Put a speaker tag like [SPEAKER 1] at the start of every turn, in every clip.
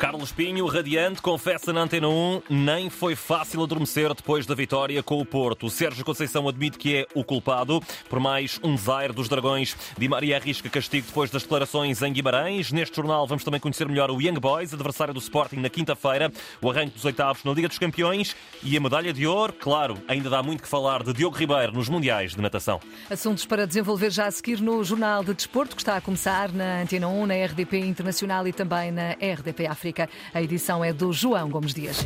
[SPEAKER 1] Carlos Pinho, radiante, confessa na Antena 1, nem foi fácil adormecer depois da vitória com o Porto. O Sérgio Conceição admite que é o culpado por mais um desaire dos Dragões. Di Maria arrisca castigo depois das declarações em Guimarães. Neste jornal vamos também conhecer melhor o Young Boys, adversário do Sporting na quinta-feira, o arranque dos oitavos na Liga dos Campeões e a medalha de ouro. Claro, ainda dá muito que falar de Diogo Ribeiro nos Mundiais de Natação.
[SPEAKER 2] Assuntos para desenvolver já a seguir no Jornal de Desporto, que está a começar na Antena 1, na RDP Internacional e também na RDP África. A edição é do João Gomes Dias.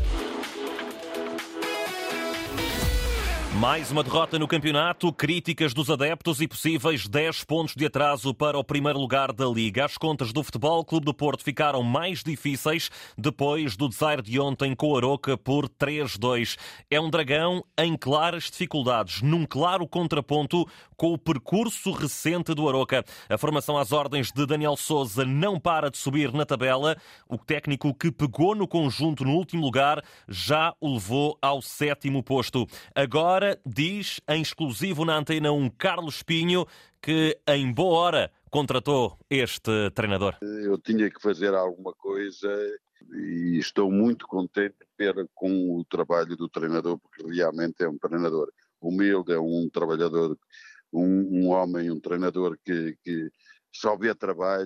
[SPEAKER 1] Mais uma derrota no campeonato, críticas dos adeptos e possíveis 10 pontos de atraso para o primeiro lugar da Liga. As contas do Futebol Clube do Porto ficaram mais difíceis depois do desaire de ontem com o Aroca por 3-2. É um Dragão em claras dificuldades, num claro contraponto com o percurso recente do Aroca. A formação às ordens de Daniel Sousa não para de subir na tabela. O técnico que pegou no conjunto no último lugar já o levou ao 7º posto. Agora diz em exclusivo na Antena 1 Carlos Pinho que em boa hora contratou este treinador.
[SPEAKER 3] Eu tinha que fazer alguma coisa e estou muito contente com o trabalho do treinador, porque realmente é um treinador humilde, é um trabalhador, um homem, um treinador que só vê trabalho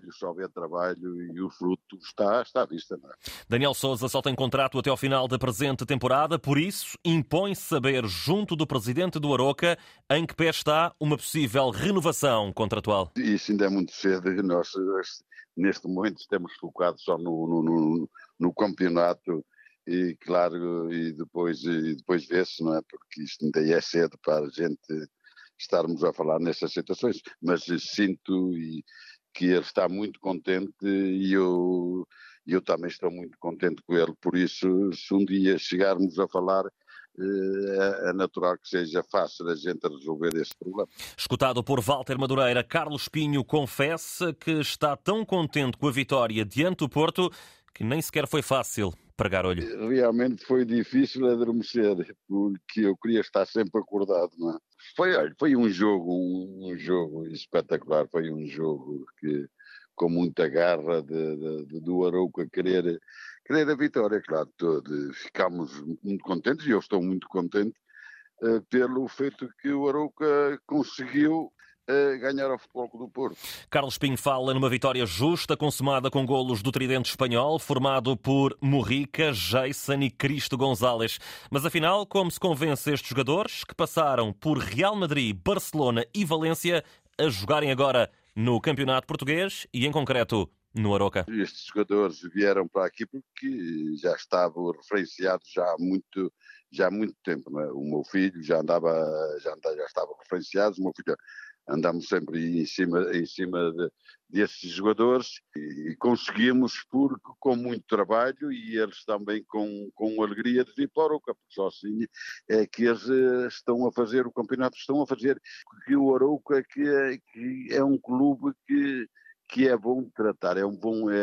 [SPEAKER 3] e o fruto está à vista, não é?
[SPEAKER 1] Daniel Sousa só tem contrato até ao final da presente temporada, por isso impõe-se saber, junto do presidente do Aroca, em que pé está uma possível renovação contratual.
[SPEAKER 3] Isso ainda é muito cedo. Nós, neste momento, estamos focados só no campeonato e, claro, e depois vê-se, não é? Porque isto ainda é cedo para a gente estarmos a falar nessas situações, mas sinto que ele está muito contente e eu também estou muito contente com ele, por isso, se um dia chegarmos a falar, é natural que seja fácil a gente resolver esse problema.
[SPEAKER 1] Escutado por Walter Madureira, Carlos Pinho confessa que está tão contente com a vitória diante do Porto que nem sequer foi fácil pregar olho.
[SPEAKER 3] Realmente foi difícil adormecer, porque eu queria estar sempre acordado, não é? Foi um jogo espetacular, foi um jogo que, com muita garra do Arouca querer a vitória, claro, ficámos muito contentes e eu estou muito contente pelo feito que o Arouca conseguiu ganhar ao Futebol Clube do Porto.
[SPEAKER 1] Carlos Pinho fala numa vitória justa, consumada com golos do tridente espanhol, formado por Morrica, Jason e Cristo González. Mas afinal, como se convence estes jogadores, que passaram por Real Madrid, Barcelona e Valência, a jogarem agora no Campeonato Português e, em concreto, no Aroca?
[SPEAKER 3] Estes jogadores vieram para aqui porque já estavam referenciados já há muito tempo, não é? O meu filho já estava referenciado, o meu filho andamos sempre em cima desses jogadores e conseguimos, porque com muito trabalho e eles também com alegria de vir para o Arouca, porque só assim é que eles estão a fazer o campeonato, porque o Arouca que é um clube que é bom de tratar, é um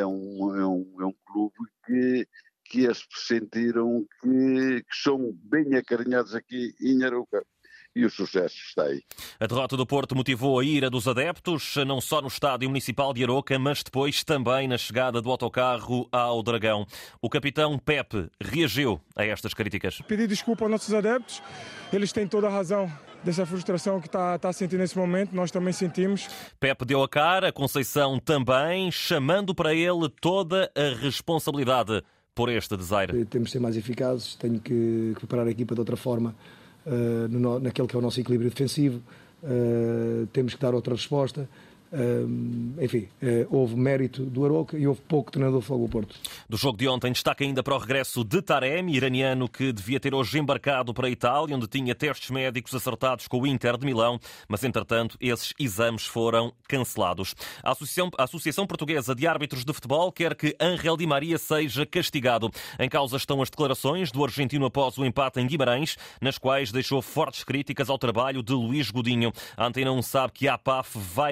[SPEAKER 3] clube que eles sentiram que são bem acarinhados aqui em Arouca. E o sucesso está aí.
[SPEAKER 1] A derrota do Porto motivou a ira dos adeptos, não só no estádio municipal de Aroca, mas depois também na chegada do autocarro ao Dragão. O capitão Pepe reagiu a estas críticas.
[SPEAKER 4] Pedir desculpa aos nossos adeptos, eles têm toda a razão dessa frustração que está a sentir nesse momento, nós também sentimos.
[SPEAKER 1] Pepe deu a cara, Conceição também, chamando para ele toda a responsabilidade por este desaire.
[SPEAKER 5] Temos de ser mais eficazes, tenho que preparar a equipa de outra forma, naquele que é o nosso equilíbrio defensivo, temos que dar outra resposta. Enfim, houve mérito do Arouca e houve pouco treinador do Futebol Porto.
[SPEAKER 1] Do jogo de ontem, destaca ainda para o regresso de Taremi, iraniano que devia ter hoje embarcado para a Itália, onde tinha testes médicos acertados com o Inter de Milão, mas entretanto esses exames foram cancelados. A Associação Portuguesa de Árbitros de Futebol quer que Ángel Di Maria seja castigado. Em causa estão as declarações do argentino após o empate em Guimarães, nas quais deixou fortes críticas ao trabalho de Luís Godinho. A Antena 1 sabe que a APAF vai mesmo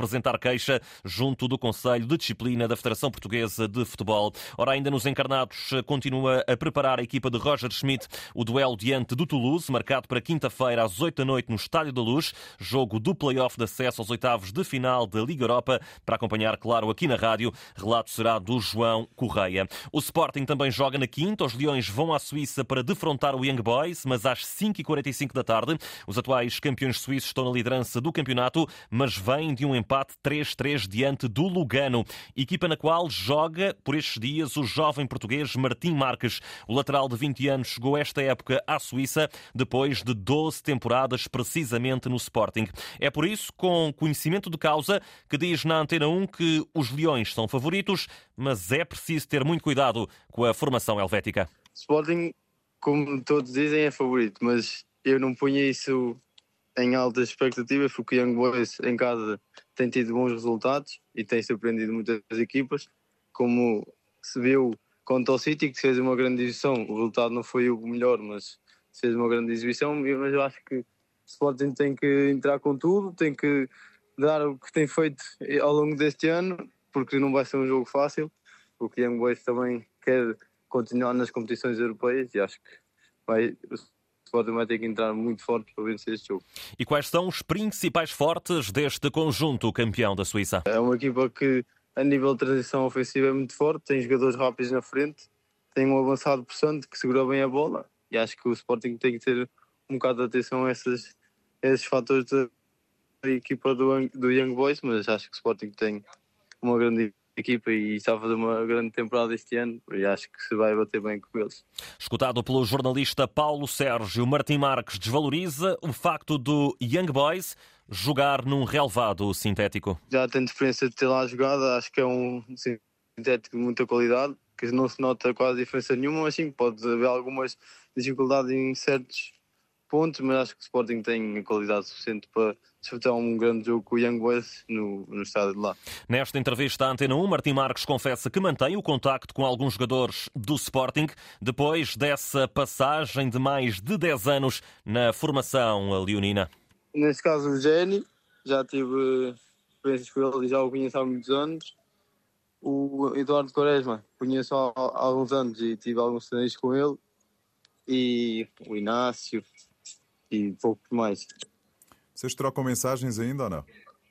[SPEAKER 1] apresentar queixa junto do Conselho de Disciplina da Federação Portuguesa de Futebol. Ora, ainda nos encarnados, continua a preparar a equipa de Roger Schmidt o duelo diante do Toulouse, marcado para quinta-feira às 8 da noite no Estádio da Luz, jogo do play-off de acesso aos oitavos de final da Liga Europa. Para acompanhar, claro, aqui na rádio, relato será do João Correia. O Sporting também joga na quinta. Os Leões vão à Suíça para defrontar o Young Boys, mas às 5h45 da tarde. Os atuais campeões suíços estão na liderança do campeonato, mas vêm de um empate 3-3 diante do Lugano, equipa na qual joga por estes dias o jovem português Martim Marques. O lateral de 20 anos chegou esta época à Suíça depois de 12 temporadas precisamente no Sporting. É por isso, com conhecimento de causa, que diz na Antena 1 que os Leões são favoritos, mas é preciso ter muito cuidado com a formação helvética.
[SPEAKER 6] Sporting, como todos dizem, é favorito, mas eu não punha isso em altas expectativas, porque o Young Boys em casa tem tido bons resultados e tem surpreendido muitas equipas, como se viu contra o City, que fez uma grande exibição. O resultado não foi o melhor, mas fez uma grande exibição. Mas eu acho que o Sporting tem que entrar com tudo, tem que dar o que tem feito ao longo deste ano, porque não vai ser um jogo fácil, porque o Young Boys também quer continuar nas competições europeias e acho que o Sporting vai ter que entrar muito forte para vencer este jogo.
[SPEAKER 1] E quais são os principais fortes deste conjunto campeão da Suíça?
[SPEAKER 6] É uma equipa que, a nível de transição ofensiva, é muito forte, tem jogadores rápidos na frente, tem um avançado possante que segura bem a bola e acho que o Sporting tem que ter um bocado de atenção a esses fatores da equipa do Young Boys, mas acho que o Sporting tem uma grande equipa e está a fazer uma grande temporada este ano e acho que se vai bater bem com eles.
[SPEAKER 1] Escutado pelo jornalista Paulo Sérgio, Martim Marques desvaloriza o facto do Young Boys jogar num relvado sintético.
[SPEAKER 6] Já tenho experiência de ter lá jogado, acho que é um sintético de muita qualidade, que não se nota quase diferença nenhuma, mas sim, pode haver algumas dificuldades em certos pontos, mas acho que o Sporting tem a qualidade suficiente para disputar um grande jogo com o Young Boys no estádio de lá.
[SPEAKER 1] Nesta entrevista à Antena 1, Martim Marques confessa que mantém o contacto com alguns jogadores do Sporting depois dessa passagem de mais de 10 anos na formação leonina.
[SPEAKER 6] Neste caso o Jenny, já tive experiências com ele e já o conheço há muitos anos. O Eduardo Quaresma conheço há alguns anos e tive alguns treinos com ele. E o Inácio e pouco mais.
[SPEAKER 7] Vocês trocam mensagens ainda ou não?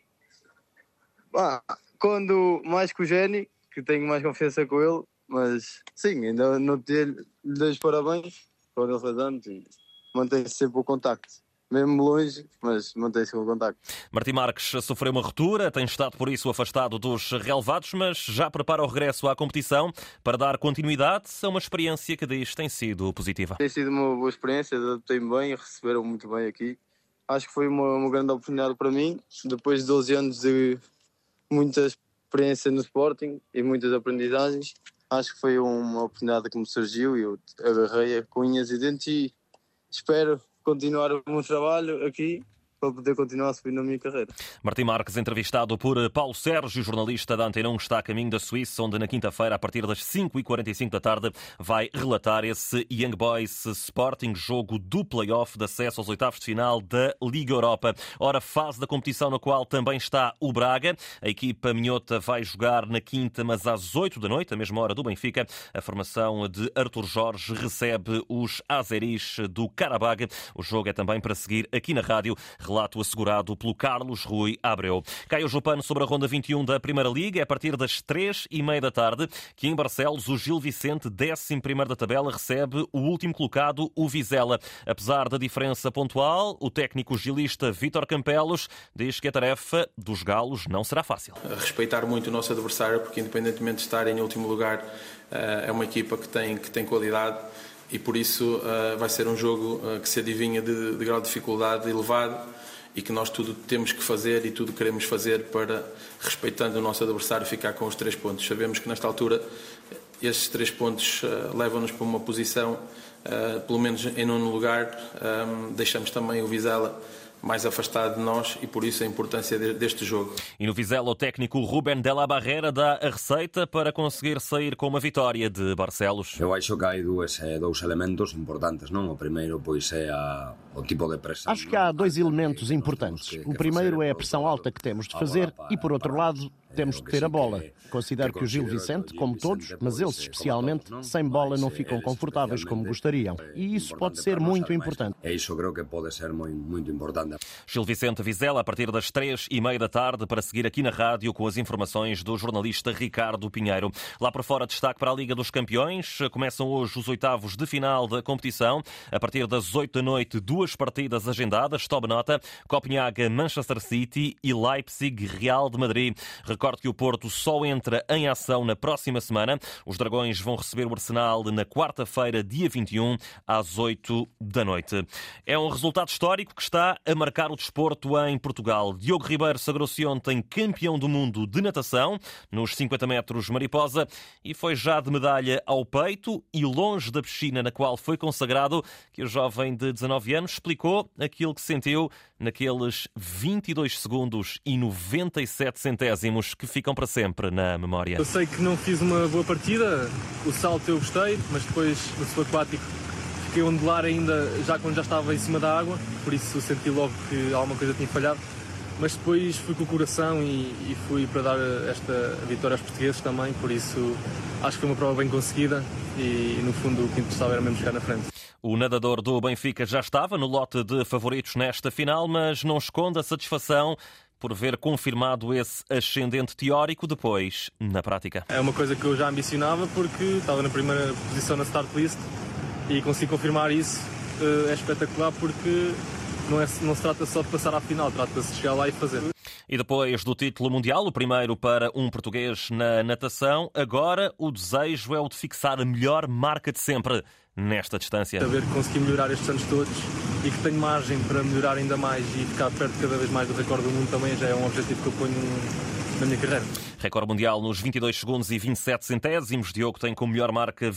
[SPEAKER 6] Quando mais com o Jenny, que tenho mais confiança com ele, mas sim, ainda não lhe dei os parabéns quando ele fez anos e mantém-se sempre o contacto. Mesmo longe, mas mantém-se o contacto.
[SPEAKER 1] Martim Marques sofreu uma ruptura, tem estado por isso afastado dos relevados, mas já prepara o regresso à competição para dar continuidade a uma experiência que diz tem sido positiva.
[SPEAKER 6] Tem sido uma boa experiência, adaptei-me bem, receberam muito bem aqui. Acho que foi uma grande oportunidade para mim, depois de 12 anos de muita experiência no Sporting e muitas aprendizagens. Acho que foi uma oportunidade que me surgiu e eu agarrei-a com unhas e dentes e espero continuar o meu trabalho aqui para poder continuar a subir na minha carreira.
[SPEAKER 1] Martim Marques, entrevistado por Paulo Sérgio, jornalista da Antena 1, está a caminho da Suíça, onde na quinta-feira, a partir das 5h45 da tarde, vai relatar esse Young Boys Sporting, jogo do play-off de acesso aos oitavos de final da Liga Europa. Ora, fase da competição na qual também está o Braga. A equipa minhota vai jogar na quinta, mas às 8 da noite, a mesma hora do Benfica. A formação de Artur Jorge recebe os azeris do Karabag. O jogo é também para seguir aqui na rádio. Relato assegurado pelo Carlos Rui Abreu. Cai o Jopano sobre a ronda 21 da Primeira Liga. É a partir das 3h30 da tarde que em Barcelos o Gil Vicente, 11º da tabela, recebe o último colocado, o Vizela. Apesar da diferença pontual, o técnico gilista Vítor Campelos diz que a tarefa dos galos não será fácil.
[SPEAKER 8] Respeitar muito o nosso adversário, porque independentemente de estar em último lugar, é uma equipa que tem qualidade. E por isso vai ser um jogo que se adivinha de grau de dificuldade elevado e que nós tudo temos que fazer e tudo queremos fazer para, respeitando o nosso adversário, ficar com os 3 pontos. Sabemos que nesta altura estes 3 pontos levam-nos para uma posição, pelo menos em 9º lugar. Deixamos também o Vizela mais afastado de nós e por isso a importância deste jogo.
[SPEAKER 1] E no Vizela o técnico Rubén de la Barrera dá a receita para conseguir sair com uma vitória de Barcelos.
[SPEAKER 9] Eu acho que há dois elementos importantes, não? O primeiro pois é o tipo de pressão.
[SPEAKER 10] Acho que há dois elementos importantes. O primeiro é a pressão alta que temos de fazer e, por outro lado, temos de ter a bola. Considero que o Gil Vicente, como todos, mas eles especialmente, sem bola não ficam confortáveis como gostariam. E isso pode ser muito importante.
[SPEAKER 9] É isso, creio que pode ser muito importante.
[SPEAKER 1] Gil Vicente Vizela, a partir das 3h30 da tarde, para seguir aqui na rádio com as informações do jornalista Ricardo Pinheiro. Lá por fora, destaque para a Liga dos Campeões. Começam hoje os oitavos de final da competição. A partir das 8 da noite, 2 partidas agendadas. Tome nota: Copenhaga, Manchester City e Leipzig, Real de Madrid. Recordo que o Porto só entra em ação na próxima semana. Os Dragões vão receber o Arsenal na quarta-feira, dia 21, às 8 da noite. É um resultado histórico que está a marcar o desporto em Portugal. Diogo Ribeiro sagrou-se ontem campeão do mundo de natação nos 50 metros mariposa e foi já de medalha ao peito e longe da piscina na qual foi consagrado, que o jovem de 19 anos explicou aquilo que sentiu naqueles 22 segundos e 97 centésimos que ficam para sempre na memória.
[SPEAKER 11] Eu sei que não fiz uma boa partida, o salto eu gostei, mas depois no subaquático fiquei a ondular ainda já quando já estava em cima da água, por isso senti logo que alguma coisa tinha falhado. Mas depois fui com o coração e fui para dar esta vitória aos portugueses também, por isso acho que foi uma prova bem conseguida e no fundo o que interessava era mesmo chegar na frente.
[SPEAKER 1] O nadador do Benfica já estava no lote de favoritos nesta final, mas não esconde a satisfação por ver confirmado esse ascendente teórico depois na prática.
[SPEAKER 11] É uma coisa que eu já ambicionava porque estava na primeira posição na start list e consegui confirmar isso. É espetacular porque não se trata só de passar à final, trata-se de chegar lá e fazer.
[SPEAKER 1] E depois do título mundial, o primeiro para um português na natação, agora o desejo é o de fixar a melhor marca de sempre nesta distância.
[SPEAKER 11] Saber que consegui melhorar estes anos todos e que tenho margem para melhorar ainda mais e ficar perto cada vez mais do recorde do mundo também já é um objetivo que eu ponho na minha carreira.
[SPEAKER 1] Recorde mundial nos 22 segundos e 27 centésimos. Diogo tem como melhor marca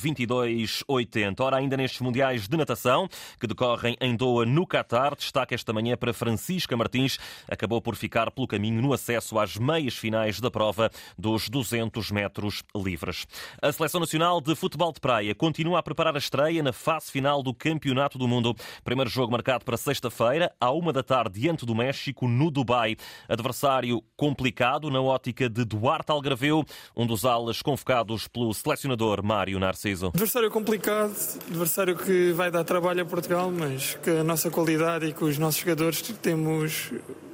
[SPEAKER 1] 22,80. Ora, ainda nestes mundiais de natação, que decorrem em Doha, no Qatar, destaque esta manhã para Francisca Martins. Acabou por ficar pelo caminho no acesso às meias finais da prova dos 200 metros livres. A Seleção Nacional de Futebol de Praia continua a preparar a estreia na fase final do Campeonato do Mundo. Primeiro jogo marcado para sexta-feira, à 1 da tarde, diante do México, no Dubai. Adversário complicado na ótica de Duarte Algarveu, um dos alas convocados pelo selecionador Mário Narciso.
[SPEAKER 12] Adversário complicado, adversário que vai dar trabalho a Portugal, mas que a nossa qualidade e com os nossos jogadores temos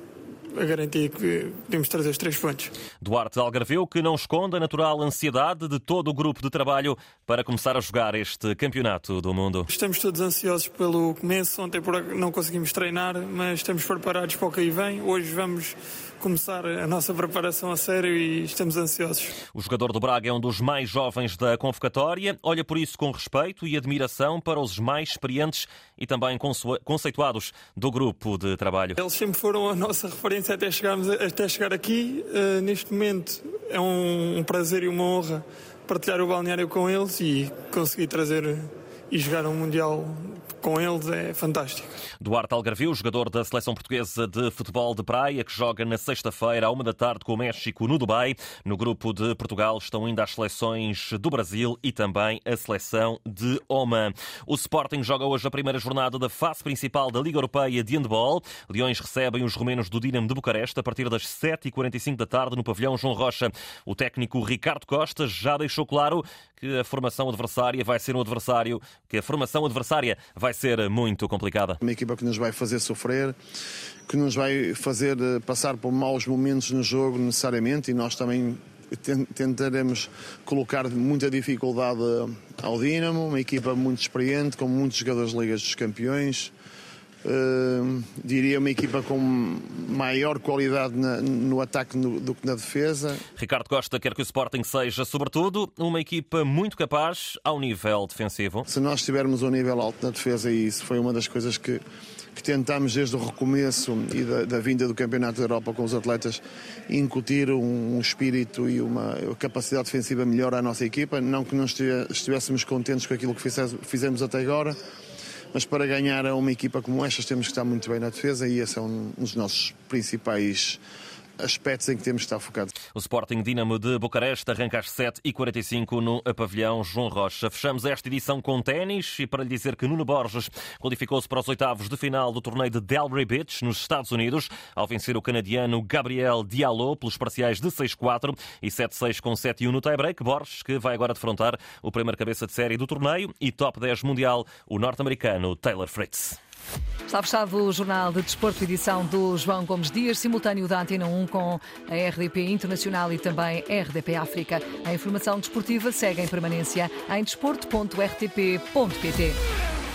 [SPEAKER 12] a garantia que podemos trazer os 3 pontos.
[SPEAKER 1] Duarte Algarveu, que não esconde a natural ansiedade de todo o grupo de trabalho para começar a jogar este campeonato do mundo.
[SPEAKER 12] Estamos todos ansiosos pelo começo. Ontem não conseguimos treinar, mas estamos preparados para o que aí vem. Hoje vamos começar a nossa preparação a sério e estamos ansiosos.
[SPEAKER 1] O jogador do Braga é um dos mais jovens da convocatória. Olha por isso com respeito e admiração para os mais experientes e também conceituados do grupo de trabalho.
[SPEAKER 12] Eles sempre foram a nossa referência até chegar aqui. Neste momento é um prazer e uma honra partilhar o balneário com eles e conseguir trazer e jogar um Mundial com eles é fantástico.
[SPEAKER 1] Duarte Algarveu, jogador da Seleção Portuguesa de Futebol de Praia, que joga na sexta-feira à 1 da tarde com o México no Dubai. No grupo de Portugal estão ainda as seleções do Brasil e também a seleção de Oman. O Sporting joga hoje a primeira jornada da fase principal da Liga Europeia de Handball. Leões recebem os romenos do Dinamo de Bucareste a partir das 7h45 da tarde no pavilhão João Rocha. O técnico Ricardo Costa já deixou claro que a formação adversária vai ser muito complicada.
[SPEAKER 13] Uma equipa que nos vai fazer sofrer, que nos vai fazer passar por maus momentos no jogo necessariamente, e nós também tentaremos colocar muita dificuldade ao Dinamo, uma equipa muito experiente, com muitos jogadores de Ligas dos Campeões. Diria uma equipa com maior qualidade no ataque do que na defesa.
[SPEAKER 1] Ricardo Costa quer que o Sporting seja, sobretudo, uma equipa muito capaz ao nível defensivo.
[SPEAKER 13] Se nós estivermos ao nível alto na defesa, e isso foi uma das coisas que tentámos desde o recomeço e da vinda do Campeonato da Europa com os atletas, incutir um espírito e uma capacidade defensiva melhor à nossa equipa. Não que não estivéssemos contentes com aquilo que fizemos até agora, mas para ganhar a uma equipa como estas temos que estar muito bem na defesa e esse é um dos nossos principais aspectos em que temos que estar focados.
[SPEAKER 1] O Sporting Dinamo de Bucareste arranca às 7h45 no pavilhão João Rocha. Fechamos esta edição com ténis e para lhe dizer que Nuno Borges qualificou-se para os oitavos de final do torneio de Delray Beach, nos Estados Unidos, ao vencer o canadiano Gabriel Diallo pelos parciais de 6-4 e 7-6 com 7-1 no tie-break. Borges, que vai agora defrontar o primeiro cabeça de série do torneio e top 10 mundial, o norte-americano Taylor Fritz.
[SPEAKER 2] Está fechado o Jornal de Desporto, edição do João Gomes Dias, simultâneo da Antena 1 com a RDP Internacional e também RDP África. A informação desportiva segue em permanência em desporto.rtp.pt.